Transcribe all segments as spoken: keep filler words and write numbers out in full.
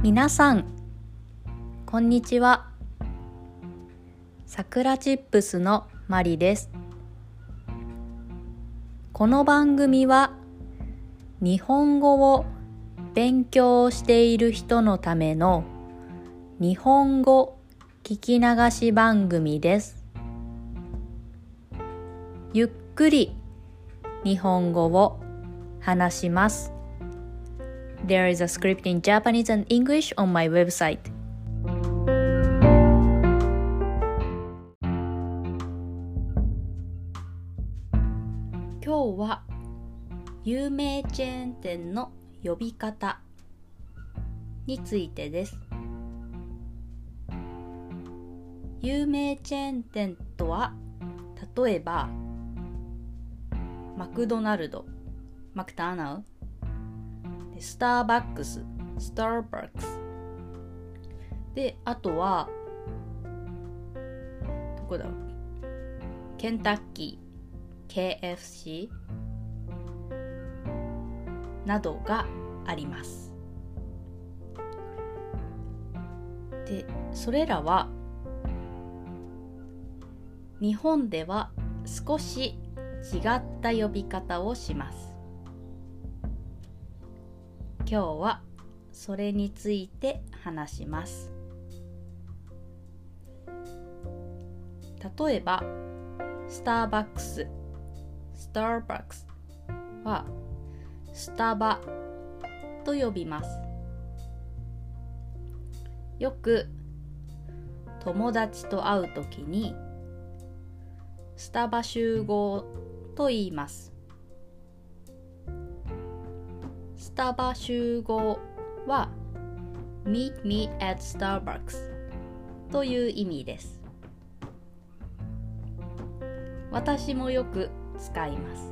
皆さんこんにちは。さくらチップスのマリです。この番組は日本語を勉強している人のための日本語聞き流し番組です。ゆっくり日本語を話します。There is a script in Japanese and English on my website. 今日は有名チェーン店の呼び方についてです。有名チェーン店とは、例えばマクドナルド、マクダナルド、スターバックス、スターバックスで、あとはどこだろう、ケンタッキー、ケーエフシー などがあります。で、それらは日本では少し違った呼び方をします。今日はそれについて話します。例えばスターバックス、スターバックスはスタバと呼びます。よく友達と会うときにスタバ集合と言います。スタバ集合は Meet me at Starbucks という意味です。私もよく使います。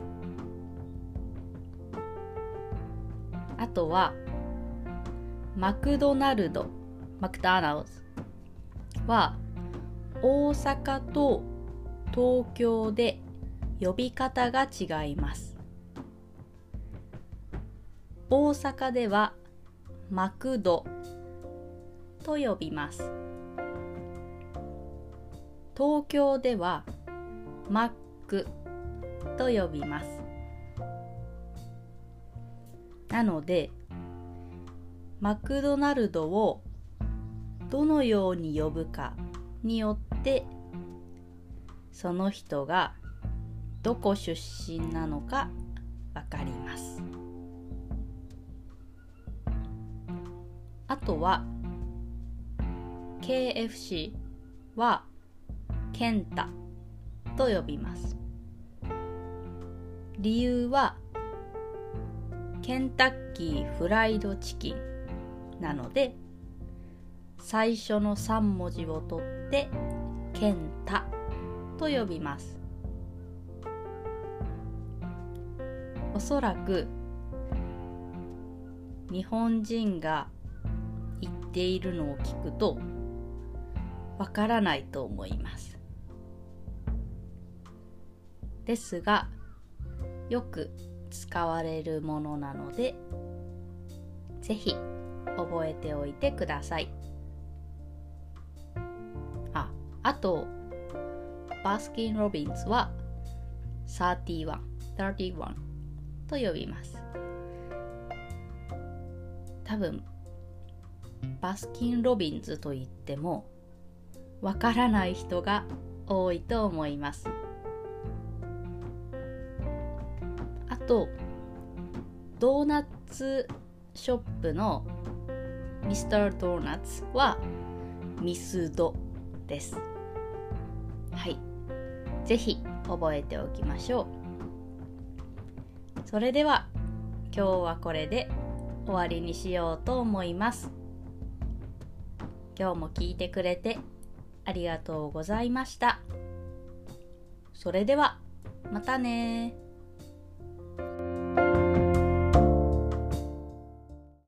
あとはマクドナルド、マクダナルドは大阪と東京で呼び方が違います。大阪ではマクドと呼びます。東京ではマックと呼びます。なのでマクドナルドをどのように呼ぶかによってその人がどこ出身なのかわかります。あとは ケーエフシー はケンタと呼びます。理由はケンタッキーフライドチキンなので、最初のさん文字を取ってケンタと呼びます。おそらく日本人が言っているのを聞くとわからないと思います。ですがよく使われるものなので、ぜひ覚えておいてください。あ、あとバスキン・ロビンズはさんじゅういち、さんじゅういちと呼びます。多分バスキン・ロビンズと言ってもわからない人が多いと思います。あとドーナツショップのミスタードーナツはミスドです。はい、ぜひ覚えておきましょう。それでは今日はこれで終わりにしようと思います。今日も聞いてくれてありがとうございました。それではまたね。